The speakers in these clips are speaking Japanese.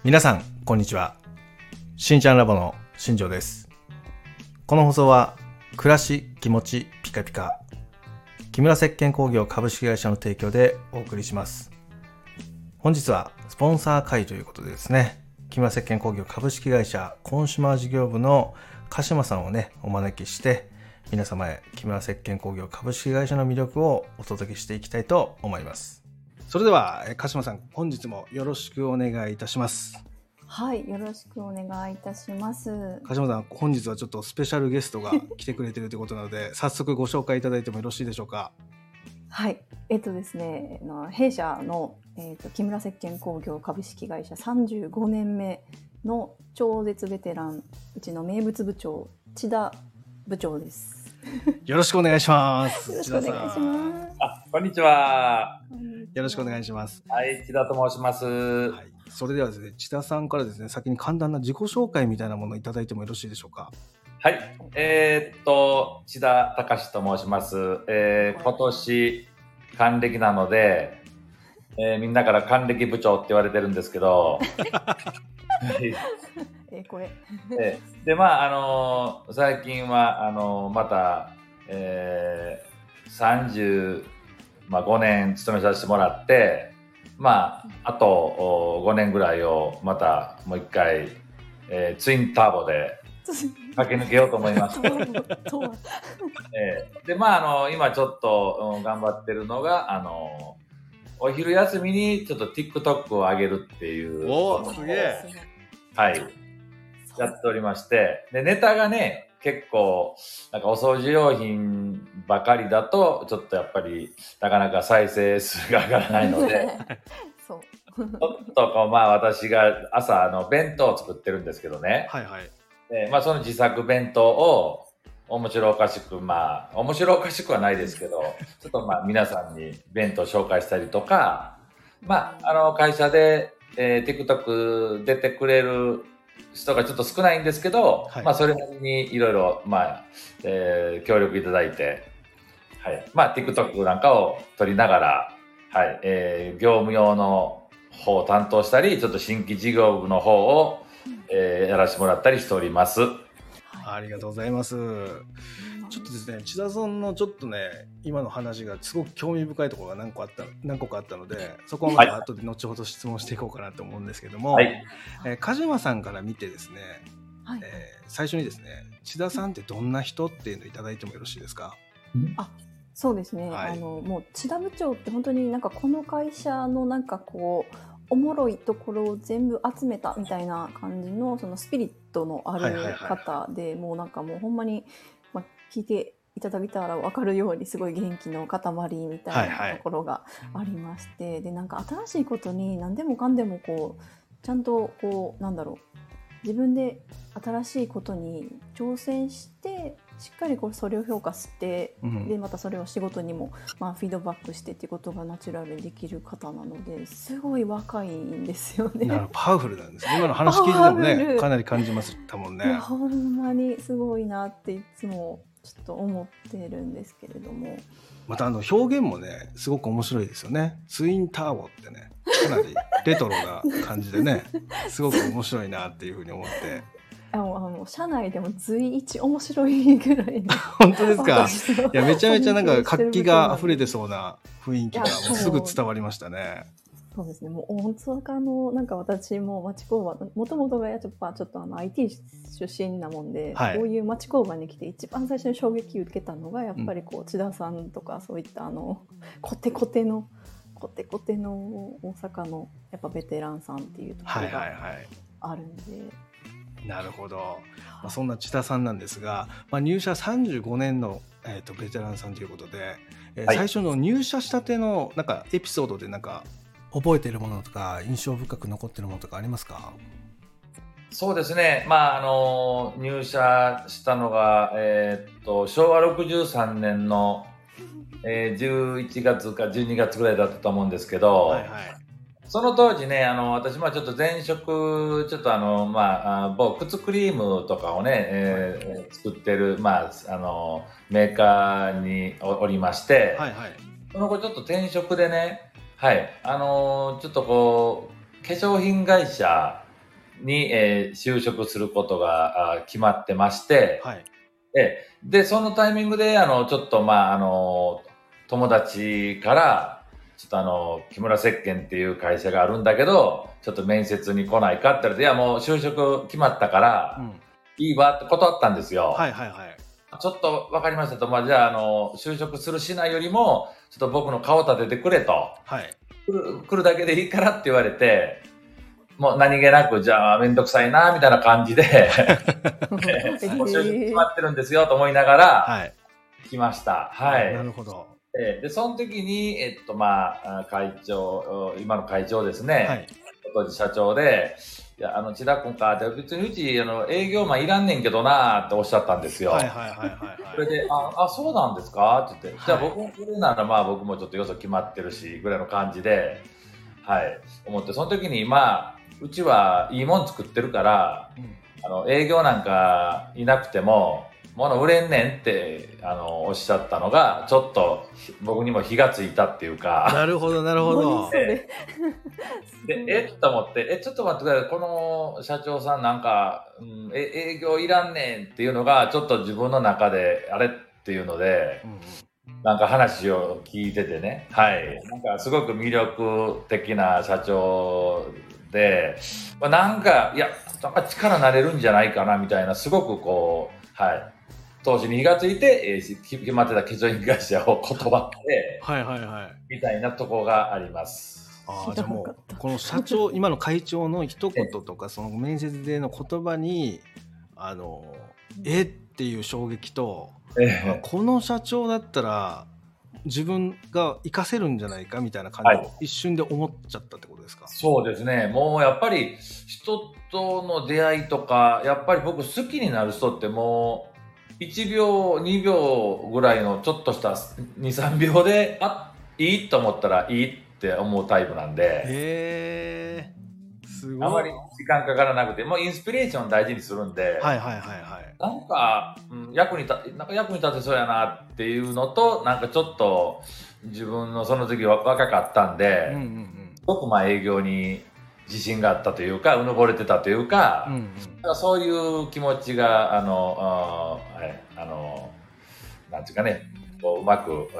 皆さんこんにちは。しんちゃんラボの新庄です。この放送は暮らし気持ちピカピカ木村石鹸工業株式会社の提供でお送りします。本日はスポンサー会ということでですね、木村石鹸工業株式会社コンシュマー事業部の鹿島さんをねお招きして皆様へ木村石鹸工業株式会社の魅力をお届けしていきたいと思います。それでは鹿島さん、本日もよろしくお願いいたします。 はい、よろしくお願いいたします。 鹿島さん、本日はちょっとスペシャルゲストが来てくれているということなので早速ご紹介いただいてもよろしいでしょうか。 はい、ですね、弊社の、木村石鹸工業株式会社35年目の超絶ベテラン、うちの名物部長千田部長です。 よろしくお願いします。 よろしくお願いします。 こんにちは。 よろしくお願いします。 はい、千田と申します。 はい、それではですね、千田さんからですね、先に簡単な自己紹介みたいなものをいただいてもよろしいでしょうか。 はい、千田隆と申します。今年還暦なので、みんなから還暦部長って言われてるんですけど、 これで最近はまた、35年勤めさせてもらって、あと5年ぐらいをまたもう一回、ツインターボで駆け抜けようと思いました。で今ちょっと、頑張ってるのがお昼休みにちょっと TikTok を上げるっていう。 お、すげえ。 はい、やっておりまして、でネタがね結構なんかお掃除用品ばかりだとちょっとやっぱりなかなか再生数が上がらないのでそうちょっと私が朝弁当を作ってるんですけどね、 はいはい。 でその自作弁当を面白おかしく面白おかしくはないですけどちょっと皆さんに弁当紹介したりとか、会社で、TikTok 出てくれる人がちょっと少ないんですけど、 はい、 それなりにいろいろ協力いただいて、はい、TikTok なんかを撮りながら、はい、業務用の方を担当したり、ちょっと新規事業部の方を、やらせてもらったりしております。 ありがとうございます。ちょっとですね、千田さんのちょっとね、今の話がすごく興味深いところが何個かあったので、そこはまた後で後ほど質問していこうかなと思うんですけども、はい、鹿島さんから見てですね、はい、最初にですね、千田さんってどんな人っていうのをいただいてもよろしいですか？ そうですね、 はい、 もう千田部長って本当になんかこの会社のなんかこうおもろいところを全部集めたみたいな感じのそのスピリットのある方で、もうなんかもうほんまに、聞いていただいたら分かるようにすごい元気の塊みたいなところがありまして、でなんか新しいことに何でもかんでもこうちゃんとこう自分で新しいことに挑戦してしっかりこうそれを評価して、でまたそれを仕事にもフィードバックしてっていうことがナチュラルにできる方なのですごい若いんですよね。 パワフルなんですね。今の話聞いててもねかなり感じましたもんね。 ほんまにすごいなっていつもちょっと思ってるんですけれども、 また表現もねすごく面白いですよね。ツインターボってねかなりレトロな感じでねすごく面白いなっていうふうに思って社内でも随一面白いぐらい本当ですか？いやめちゃめちゃなんか活気が溢れてそうな雰囲気がもうすぐ伝わりましたね。 そうですね、もう大阪なんか私も町工場もともとがちょっとIT 出身なもんで、こういう町工場に来て一番最初に衝撃を受けたのがやっぱりこう千田さんとかそういったコテコテの大阪のやっぱベテランさんっていうところがあるんで、 なるほど、そんな千田さんなんですが、入社35年の、ベテランさんということで、最初の入社したてのなんかエピソードでなんか覚えているものとか印象深く残っているものとかありますか？ そうですね、入社したのが、昭和63年の、11月か12月ぐらいだったと思うんですけど、その当時ね、私ちょっと前職ちょっと某靴クリームとかをね、作ってるメーカーにおりまして、その後ちょっと転職でね、ちょっとこう化粧品会社に、就職することが決まってまして、 はい。 で、そのタイミングで、ちょっと、友達から、ちょっと木村石鹸っていう会社があるんだけど、ちょっと面接に来ないかって言われて、いや、もう就職決まったから、いいわって断ったんですよ。 はいはいはい。 ちょっと分かりましたと、じゃあ、就職するしないよりも、ちょっと僕の顔立ててくれと。 はい。 来るだけでいいからって言われて、もう何気なく、じゃあめんどくさいな、みたいな感じで、もう就職決まってるんですよと思いながら、来ました。はい。 なるほど。 で、その時に、会長、今の会長ですね、はい、当時社長で、いや、千田君かって、別にうち、営業マンいらんねんけどなっておっしゃったんですよ。はいはいはいはい、はい。それで、そうなんですかって言って、じゃあ僕も来るなら、僕もちょっとよそ決まってるし、ぐらいの感じで、はい、思って、その時に、うちはいいもん作ってるから、営業なんかいなくても、物売れんねんっておっしゃったのがちょっと僕にも火がついたっていうか。 なるほどなるほど。 でと思ってちょっと待ってください、この社長さんなんか、営業いらんねんっていうのがちょっと自分の中であれっていうので、なんか話を聞いててね、はい、なんかすごく魅力的な社長で、なんかいやなんか力になれるんじゃないかなみたいな、すごくこう、はい、当時に火がついて、決まってた化粧品会社を断って、はいはいはい、みたいなとこがあります。 じゃあもうこの社長今の会長の一言とかその面接での言葉にっていう衝撃と、この社長だったら自分が活かせるんじゃないかみたいな感じを一瞬で思っちゃったってことですか？ そうですね。もうやっぱり人との出会いとか、やっぱり僕好きになる人ってもう1秒2秒ぐらいのちょっとした 2,3 秒でいいと思ったらいいって思うタイプなんで、すごい。あまり時間かからなくて、もうインスピレーション大事にするんで、はいはいはいはい、なんか、役に立てそうやなっていうのと、なんかちょっと自分のその時は若かったんで、すごく営業に自信があったというか、うぬぼれてたというか、そういう気持ちがなんていうかね、こううまく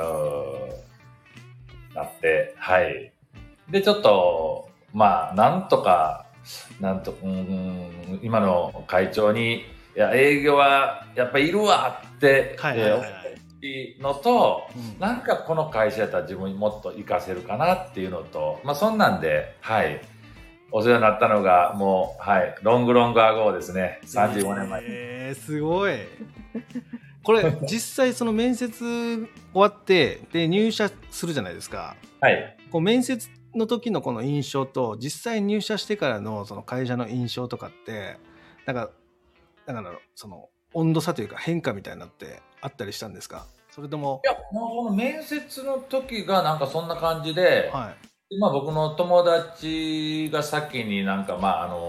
なって、はい。でちょっとなんとか今の会長に、いや営業はやっぱりいるわって思うのと、なんかこの会社やったら自分にもっと活かせるかなっていうのと、そんなんで、はい、お世話になったのがもう、はい、ロングアゴーですね。35年前。 すごい。これ実際その面接終わってで入社するじゃないですか。はい。こう面接の時のこの印象と実際入社してからのその会社の印象とかってなんかその温度差というか変化みたいなのってあったりしたんですか？それとも。 いや、もうその面接の時がなんかそんな感じで、はい、僕の友達が先になんか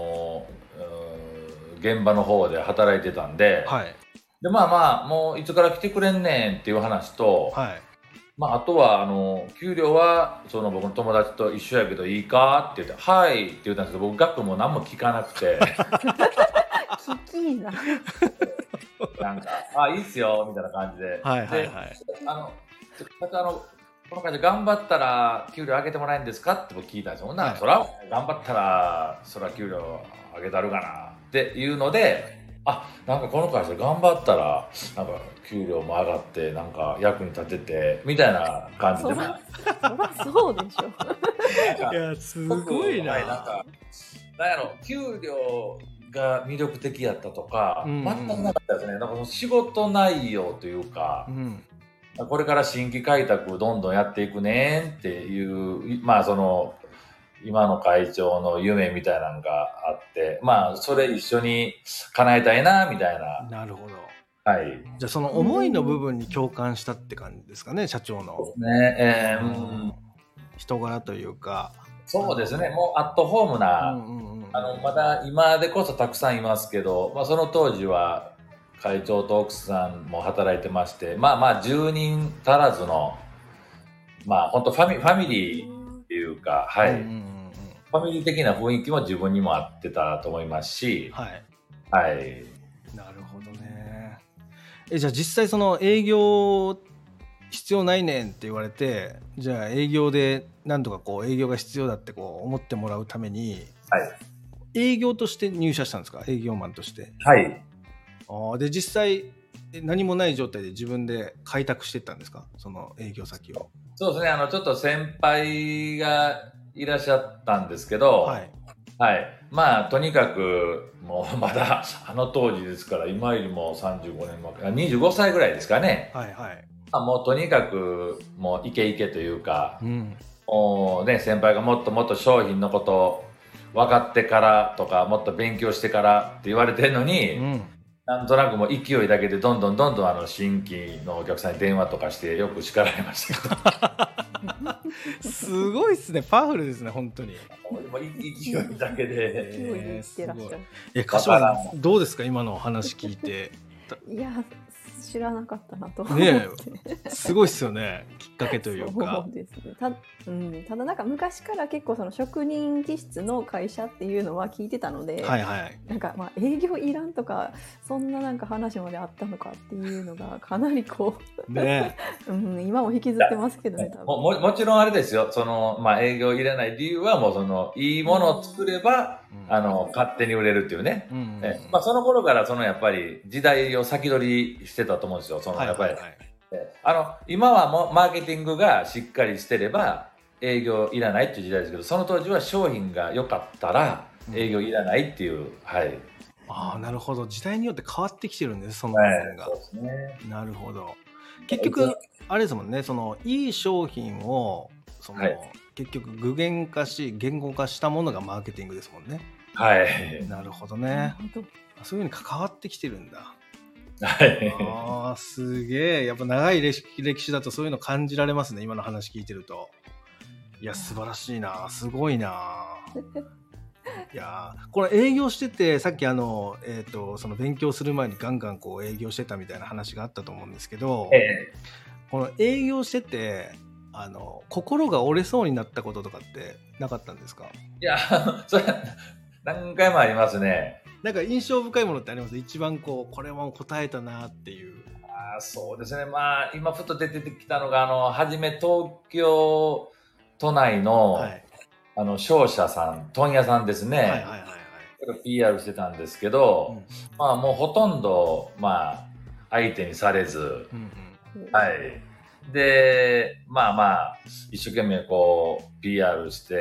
現場の方で働いてたんで、はい、でもういつから来てくれんねんっていう話と、はい、あとは給料はその僕の友達と一緒やけどいいかって言って、はいって言ったんですけど、僕額も何も聞かなくて聞きななんかいいっすよみたいな感じで、はいはいはい、この会社頑張ったら給料上げてもらえるんですかって僕聞いたんですよ。ほんなら、そら頑張ったらそら給料上げたるかなっていうので、なんかこの会社頑張ったらなんか給料も上がってなんか役に立ててみたいな感じで、 そらそうでしょいやすごいな。 なんかなんやろ、給料が魅力的やったとか、全くなかったですね。なんかその仕事内容というか、これから新規開拓をどんどんやっていくねっていう、その今の会長の夢みたいなのがあって、それ一緒に叶えたいなみたいな。 なるほど。 はい。 じゃあその思いの部分に共感したって感じですかね、社長の。 そうですね。 人柄というか。 そうですね。もうアットホームな、まだ今でこそたくさんいますけど、その当時は会長と奥さんも働いてまして、10人足らずの、本当ファミリーっていうか、はい。 ファミリー的な雰囲気も自分にも合ってたと思いますし、 はい。 はい。 なるほどね。じゃあ実際その営業必要ないねんって言われて、じゃあ営業でなんとかこう営業が必要だってこう思ってもらうために、 はい。 営業として入社したんですか？営業マンとして。 はい。 で実際何もない状態で自分で開拓していったんですか？その営業先を。 そうですね。ちょっと先輩がいらっしゃったんですけど、 はい。 はい。まあ、とにかく、もうまだ、当時ですから、今よりも35年前、25歳ぐらいですかね。 はいはい。 もうとにかく、もうイケイケというか、 うん。 もうね、先輩がもっともっと商品のこと分かってからとか、もっと勉強してからって言われてるのに、 うん。 なんとなくもう勢いだけでどんどん新規のお客さんに電話とかしてよく叱られましたけど。 すごいですね。パワフルですね、本当に。 もう勢いだけで。 勢いで言ってらっしゃる。 柏さんどうですか、今の話聞いて。 いや、知らなかったなと思って。 ねえ、すごいっすよね、きっかけというか。 そうですね。ただなんか昔から結構その職人気質の会社っていうのは聞いてたので、 はいはい。 なんかまあ営業いらんとかそんななんか話まであったのかっていうのがかなりこうね今も引きずってますけどね。多分もちろんあれですよ。営業入れない理由はもういいものを作れば、勝手に売れるっていうね。その頃からやっぱり時代を先取りしてたと思うんですよ。やっぱり。今はもうマーケティングがしっかりしてれば営業いらないっていう時代ですけど、その当時は商品が良かったら営業いらないっていう、はい。 ああ、なるほど。時代によって変わってきてるんです、その部分が。 そうですね。 なるほど。結局、あれですもんね、いい商品を、結局具現化し、言語化したものがマーケティングですもんね。 はい。 なるほどね。そういうふうに関わってきてるんだ。 はい。 ああ、すげえ。やっぱ長い歴史だとそういうの感じられますね、今の話聞いてると。いや、素晴らしいな。すごいな。いやこれ営業してて、さっきその勉強する前にガンガンこう営業してたみたいな話があったと思うんですけど、この営業してて心が折れそうになったこととかってなかったんですか？ いや、それ何回もありますね。 なんか印象深いものってあります？一番これも答えたなっていう。 そうですね。今ふと出てきたのがはじめ東京都内の、はい、商社さん、問屋さんですね。はいはいはい、はい。PR してたんですけど、もうほとんど相手にされず、はい。で、一生懸命PR して、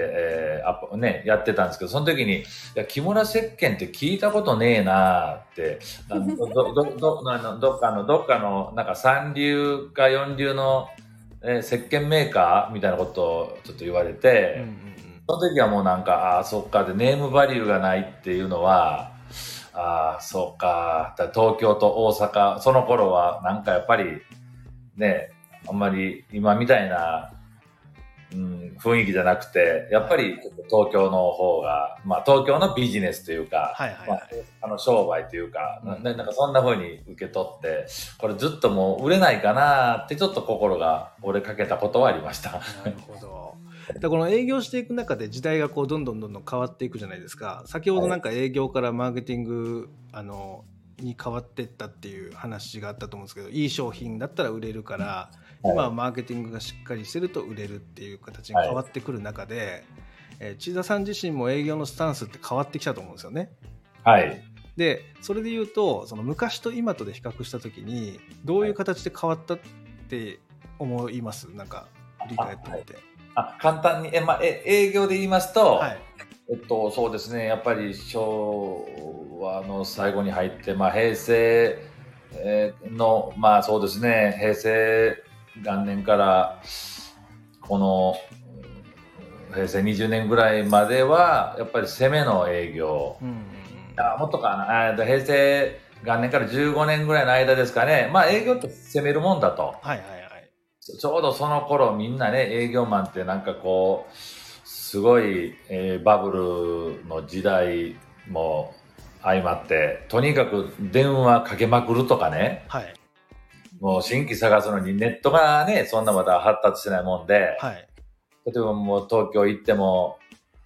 やってたんですけど、その時に、いや、木村石鹸って聞いたことねえなって、どっかの、なんか三流か四流の、石鹸メーカーみたいなことをちょっと言われて、その時はもうなんか、そっか、で、ネームバリューがないっていうのは、そうか、東京と大阪、その頃はなんかやっぱり、ね、あんまり今みたいな、雰囲気じゃなくて、やっぱり東京の方が、東京のビジネスというか、商売というか、なんかそんな風に受け取って、これずっともう売れないかなってちょっと心が折れかけたことはありました。 なるほど。この営業していく中で時代がどんどん変わっていくじゃないですか。先ほどなんか営業からマーケティングに変わっていったっていう話があったと思うんですけど、いい商品だったら売れるから、今はマーケティングがしっかりしてると売れるっていう形に変わってくる中で、千田さん自身も営業のスタンスって変わってきたと思うんですよね。 はい。 でそれで言うと、その昔と今とで比較した時にどういう形で変わったって思います？なんか振り返ってみて。 簡単に営業で言いますと、そうですね、やっぱり昭和の最後に入って、平成のそうですね、平成元年からこの平成20年ぐらいまではやっぱり攻めの営業、もっとかな、平成元年から15年ぐらいの間ですかね、営業って攻めるもんだと。ちょうどその頃みんなね、営業マンってなんかすごい、バブルの時代も相まって、とにかく電話かけまくるとかね、もう新規探すのにネットがね、そんなまだ発達してないもんで、例えばもう東京行っても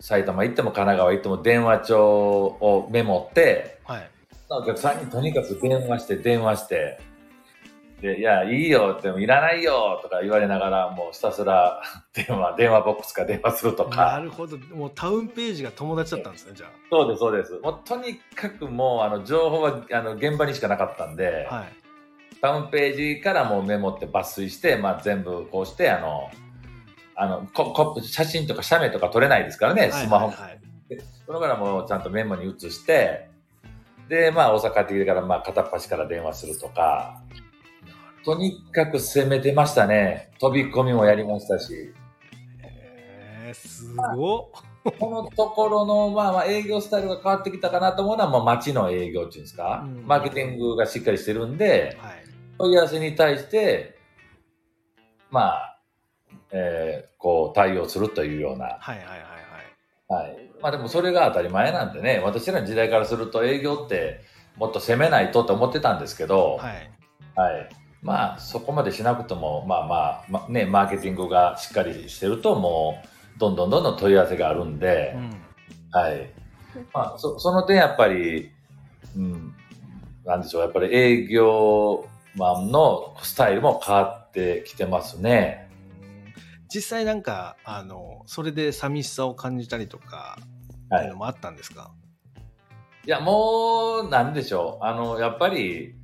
埼玉行っても神奈川行っても電話帳をメモって、 はい。 お客さんにとにかく電話して、で、いや、いいよって、いらないよとか言われながら、もうひたすら電話ボックスか電話するとか。 なるほど。もうタウンページが友達だったんですね、じゃあ。 そうです、そうです。もうとにかくもう、情報は、現場にしかなかったんで、 はい。 タウンページからもうメモって抜粋して、まあ全部こうして、写真とか写メとか撮れないですからね、スマホ。はいはいはい、そのからもうちゃんとメモに写して、で、まあ大阪帰ってきてから、まあ片っ端から電話するとか、とにかく攻めてましたね。飛び込みもやりましたし。 すごっ。 このところの、まあ営業スタイルが変わってきたかなと思うのは、もう街の営業っていうんですか、マーケティングがしっかりしてるんで、はい、問い合わせに対して、まあ、こう対応するというような。はいはいはいはい。はい。まあでもそれが当たり前なんでね、私らの時代からすると営業ってもっと攻めないとって思ってたんですけど、はい。はい。まあそこまでしなくても、まあね、マーケティングがしっかりしてるともうどんどん問い合わせがあるんで、はい。まあその点やっぱり、なんでしょう、やっぱり営業マンのスタイルも変わってきてますね。 実際なんかそれで寂しさを感じたりとかっていうのもあったんですか？ いやもうなんでしょう、やっぱり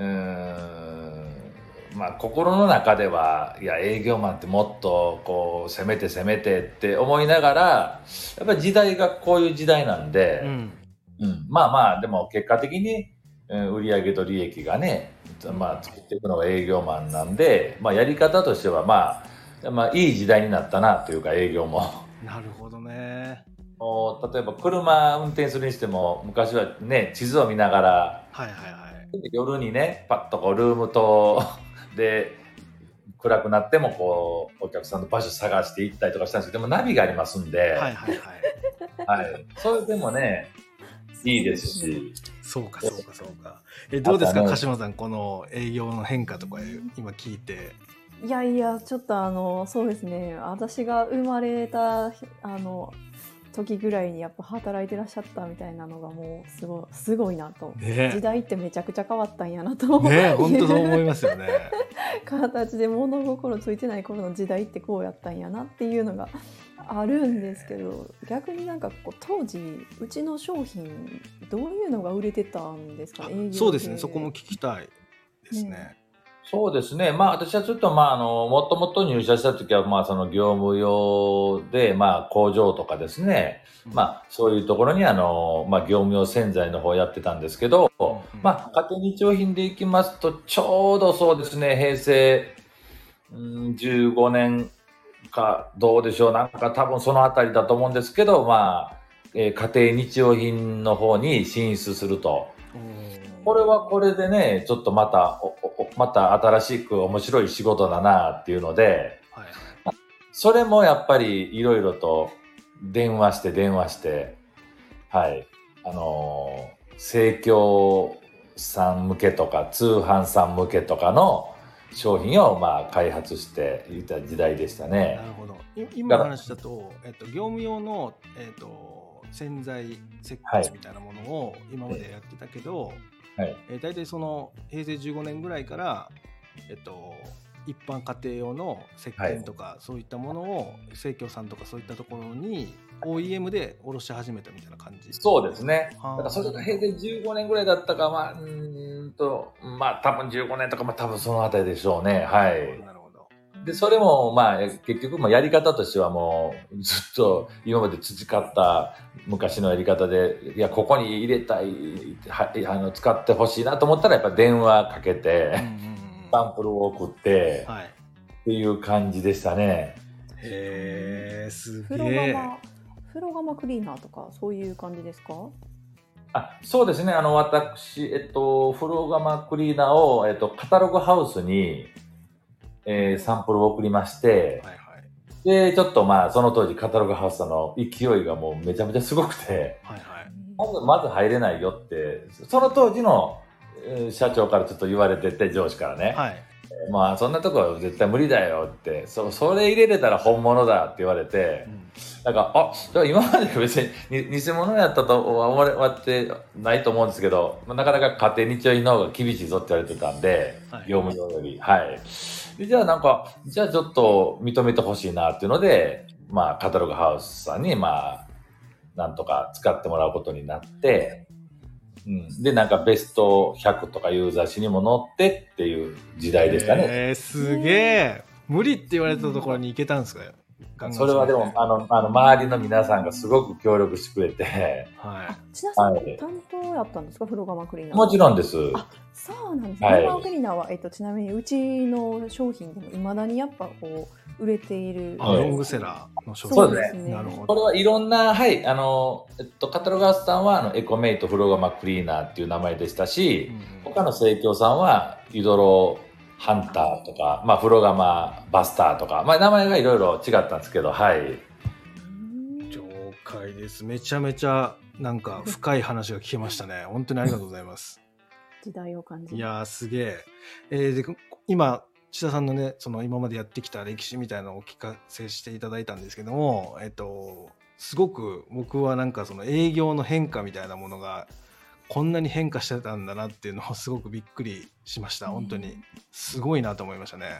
まあ心の中ではいや営業マンってもっとこう攻めてって思いながらやっぱり時代がこういう時代なんで、まあでも結果的に売上と利益がね、まあ作っていくのが営業マンなんで、まあやり方としてはまあいい時代になったなというか営業も。 なるほどね。 例えば車運転するにしても昔はね地図を見ながら、はいはいはい、夜にねパッとこうルームとで暗くなってもこうお客さんの場所探して行ったりとかしたんですけど、でもナビがありますんで、はいはいはい、はい、それでもねいいですし。 そうか。どうですか、鹿島さん、この営業の変化とか今聞いて。 いやちょっとそうですね、私が生まれた時ぐらいにやっぱ働いてらっしゃったみたいなのがもうすごいなと、ね、時代ってめちゃくちゃ変わったんやなとね、本当そう思いますよね。 形で物心ついてない頃の時代ってこうやったんやなっていうのがあるんですけど、逆になんかこう当時うちの商品どういうのが売れてたんですかね？ そうですね、そこも聞きたいですね。 そうですね。まあ私はちょっともともと入社した時はその業務用で工場とかですね、そういうところに業務用洗剤の方やってたんですけど、家庭日用品でいきますとちょうどそうですね、平成15年かどうでしょう、なんか多分そのあたりだと思うんですけど、家庭日用品の方に進出すると。これはこれでね、ちょっとまた新しく面白い仕事だなっていうので、はい、それもやっぱりいろいろと電話して、はい、生協さん向けとか通販さん向けとかの商品を開発していた時代でしたね。 なるほど。今の話だと、業務用の、洗剤石鹸みたいなものを今までやってたけど、大体その平成15年ぐらいから、一般家庭用の石鹸とかそういったものを生協さんとかそういったところに OEM で卸し始めたみたいな感じ。 そうですね。だからそれが平成15年ぐらいだったか、多分15年とか多分そのあたりでしょうね。はい。なるほど。でそれも結局やり方としてはもうずっと今まで培った昔のやり方で、いやここに入れたい、使ってほしいなと思ったらやっぱ電話かけて、サンプルを送って、っていう感じでしたね。 へー、すげえ。 風呂釜クリーナーとかそういう感じですか？ そうですね。私風呂釜クリーナーをカタログハウスにサンプルを送りまして、でちょっとその当時カタログハウスの勢いがもうめちゃめちゃすごくて、まず入れないよってその当時の社長からちょっと言われてて、上司からね。 まあそんなとこは絶対無理だよって、それ入れれたら本物だって言われて、なんかじゃあ今まで別に偽物やったとは思われてないと思うんですけど、なかなか家庭日用品の方が厳しいぞって言われてたんで、業務用より。はい。でじゃあじゃあちょっと認めてほしいなっていうので、まあカタログハウスさんになんとか使ってもらうことになって、で、なんかベスト100とかいう雑誌にも載ってっていう時代でしたね。 すげえ。無理って言われたところに行けたんですかよ。 それはでも、周りの皆さんがすごく協力してくれて。 はい。千田さん、担当やったんですか、風呂釜クリーナー。 もちろんです。 そうなんですね。風呂釜クリーナーは、ちなみにうちの商品でもいまだにやっぱこう、売れている。 ロングセラーの商品。 そうですね。 なるほど。 これはいろんな、はい、カタログハウスさんは、エコメイト風呂釜クリーナーっていう名前でしたし、他の生協さんは、ユドロハンターとか、風呂釜バスターとか、名前がいろいろ違ったんですけど、はい。 了解です。めちゃめちゃ、なんか深い話が聞けましたね。本当にありがとうございます。 時代を感じる。 いやー、すげえ。で、今、千田さんのね、その今までやってきた歴史みたいなのをお聞かせしていただいたんですけども、すごく僕はなんかその営業の変化みたいなものがこんなに変化してたんだなっていうのをすごくびっくりしました。本当にすごいなと思いましたね。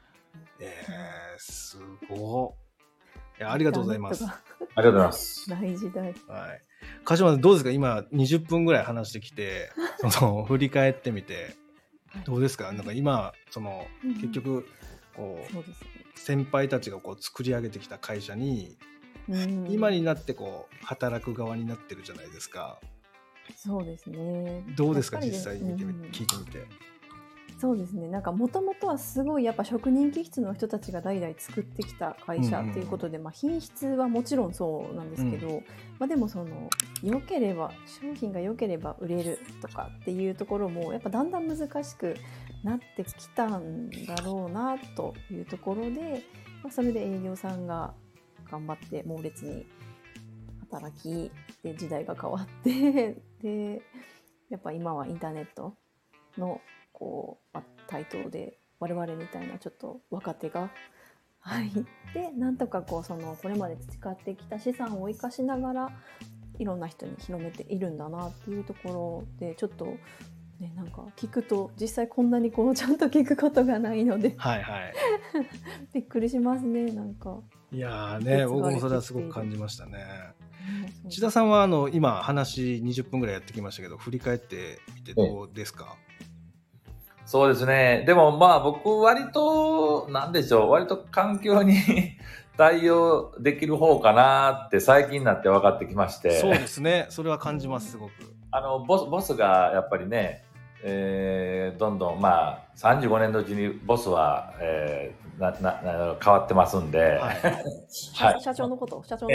すごい。いや、ありがとうございます。 ありがとうございます。 大時代。 はい。鹿島さんどうですか？今20分ぐらい話してきて、振り返ってみて。どうですか？なんか今結局こう、先輩たちがこう作り上げてきた会社に、今になってこう働く側になってるじゃないですか。 そうですね。 どうですか？実際見て聞いてみて。 そうですね。なんかもともとはすごいやっぱ職人気質の人たちが代々作ってきた会社っていうことで、品質はもちろんそうなんですけど、でも良ければ商品が良ければ売れるとかっていうところもやっぱだんだん難しくなってきたんだろうなというところで、それで営業さんが頑張って猛烈に働きで時代が変わってでやっぱ今はインターネットのこう台頭で我々みたいなちょっと若手が入ってなんとかこれまで培ってきた資産を生かしながらいろんな人に広めているんだなっていうところでちょっとねなんか聞くと実際こんなにこうちゃんと聞くことがないのでびっくりしますね。なんかいやね、僕もそれはすごく感じましたね。千田さんは今話20分ぐらいやってきましたけど振り返ってみてどうですか？ そうですね。でも僕割となんでしょう、割と環境に対応できる方かなって最近になって分かってきまして。 そうですね。それは感じますすごく。 ボスがやっぱりね、どんどん35年のうちにボスは、変わってますんで、 社長のことですか？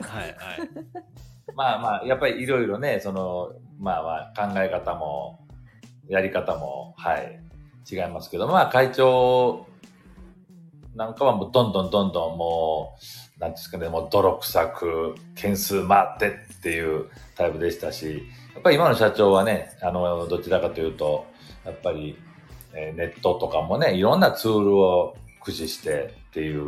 やっぱりいろいろね考え方もやり方も違いますけど、会長なんかはもうどんどんもうなんですかね、もう泥臭く件数回ってっていうタイプでしたし、やっぱり今の社長はねどちらかというとやっぱり、ネットとかもねいろんなツールを駆使してっていう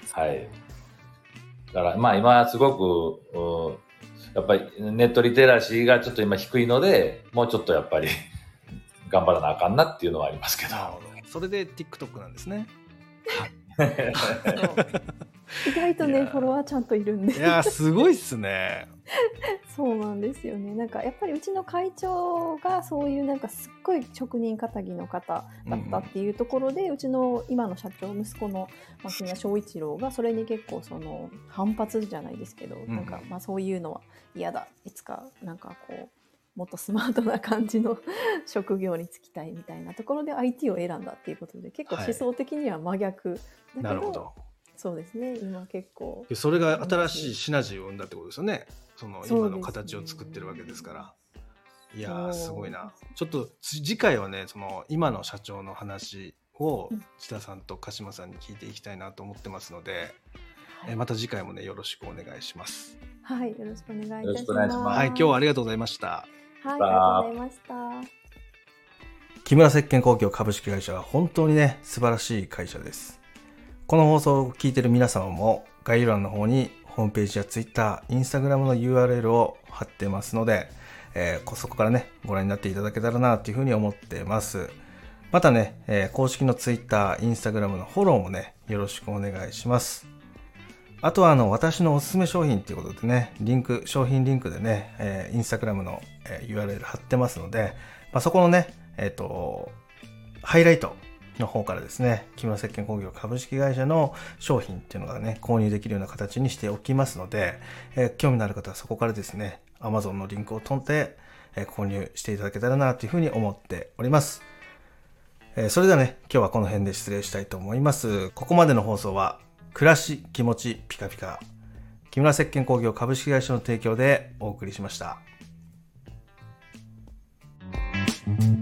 だから今すごくやっぱりネットリテラシーがちょっと今低いのでもうちょっとやっぱり頑張らなあかんなっていうのはありますけど。 それで TikTok なんですね。 意外とねフォロワーちゃんといるんで。 いやすごいっすね。 そうなんですよね。なんかやっぱりうちの会長がそういうなんかすっごい職人気質の方だったっていうところで、うちの今の社長息子の木村翔一郎がそれに結構反発じゃないですけど、なんかそういうのは嫌だ、いつかなんかこうもっとスマートな感じの職業に就きたいみたいなところで IT を選んだっていうことで結構思想的には真逆だけど、 なるほど。 そうですね。今結構それが新しいシナジーを生んだってことですよね。今の形を作ってるわけですから。いやーすごいな。ちょっと次回はね今の社長の話を千田さんと鹿島さんに聞いていきたいなと思ってますので、また次回もねよろしくお願いします。 はい、よろしくお願いいたします。 よろしくお願いします。 はい、今日はありがとうございました。 はい、ありがとうございました。 木村石鹸工業株式会社は本当にね、素晴らしい会社です。この放送を聞いている皆様も概要欄の方にホームページや Twitter、Instagram の URL を貼ってますので、そこからね、ご覧になっていただけたらなというふうに思ってます。またね、公式の Twitter、Instagram のフォローもね、よろしくお願いします。あとは私のおすすめ商品ということでね、商品リンクでね、Instagram の URL 貼ってますので、そこのね、ハイライトの方からですね、木村石鹸工業株式会社の商品っていうのがね、購入できるような形にしておきますので、興味のある方はそこからですね、Amazon のリンクを飛んで、購入していただけたらなというふうに思っております。それではね、今日はこの辺で失礼したいと思います。ここまでの放送は、暮らし気持ちピカピカ、木村石鹸工業株式会社の提供でお送りしました。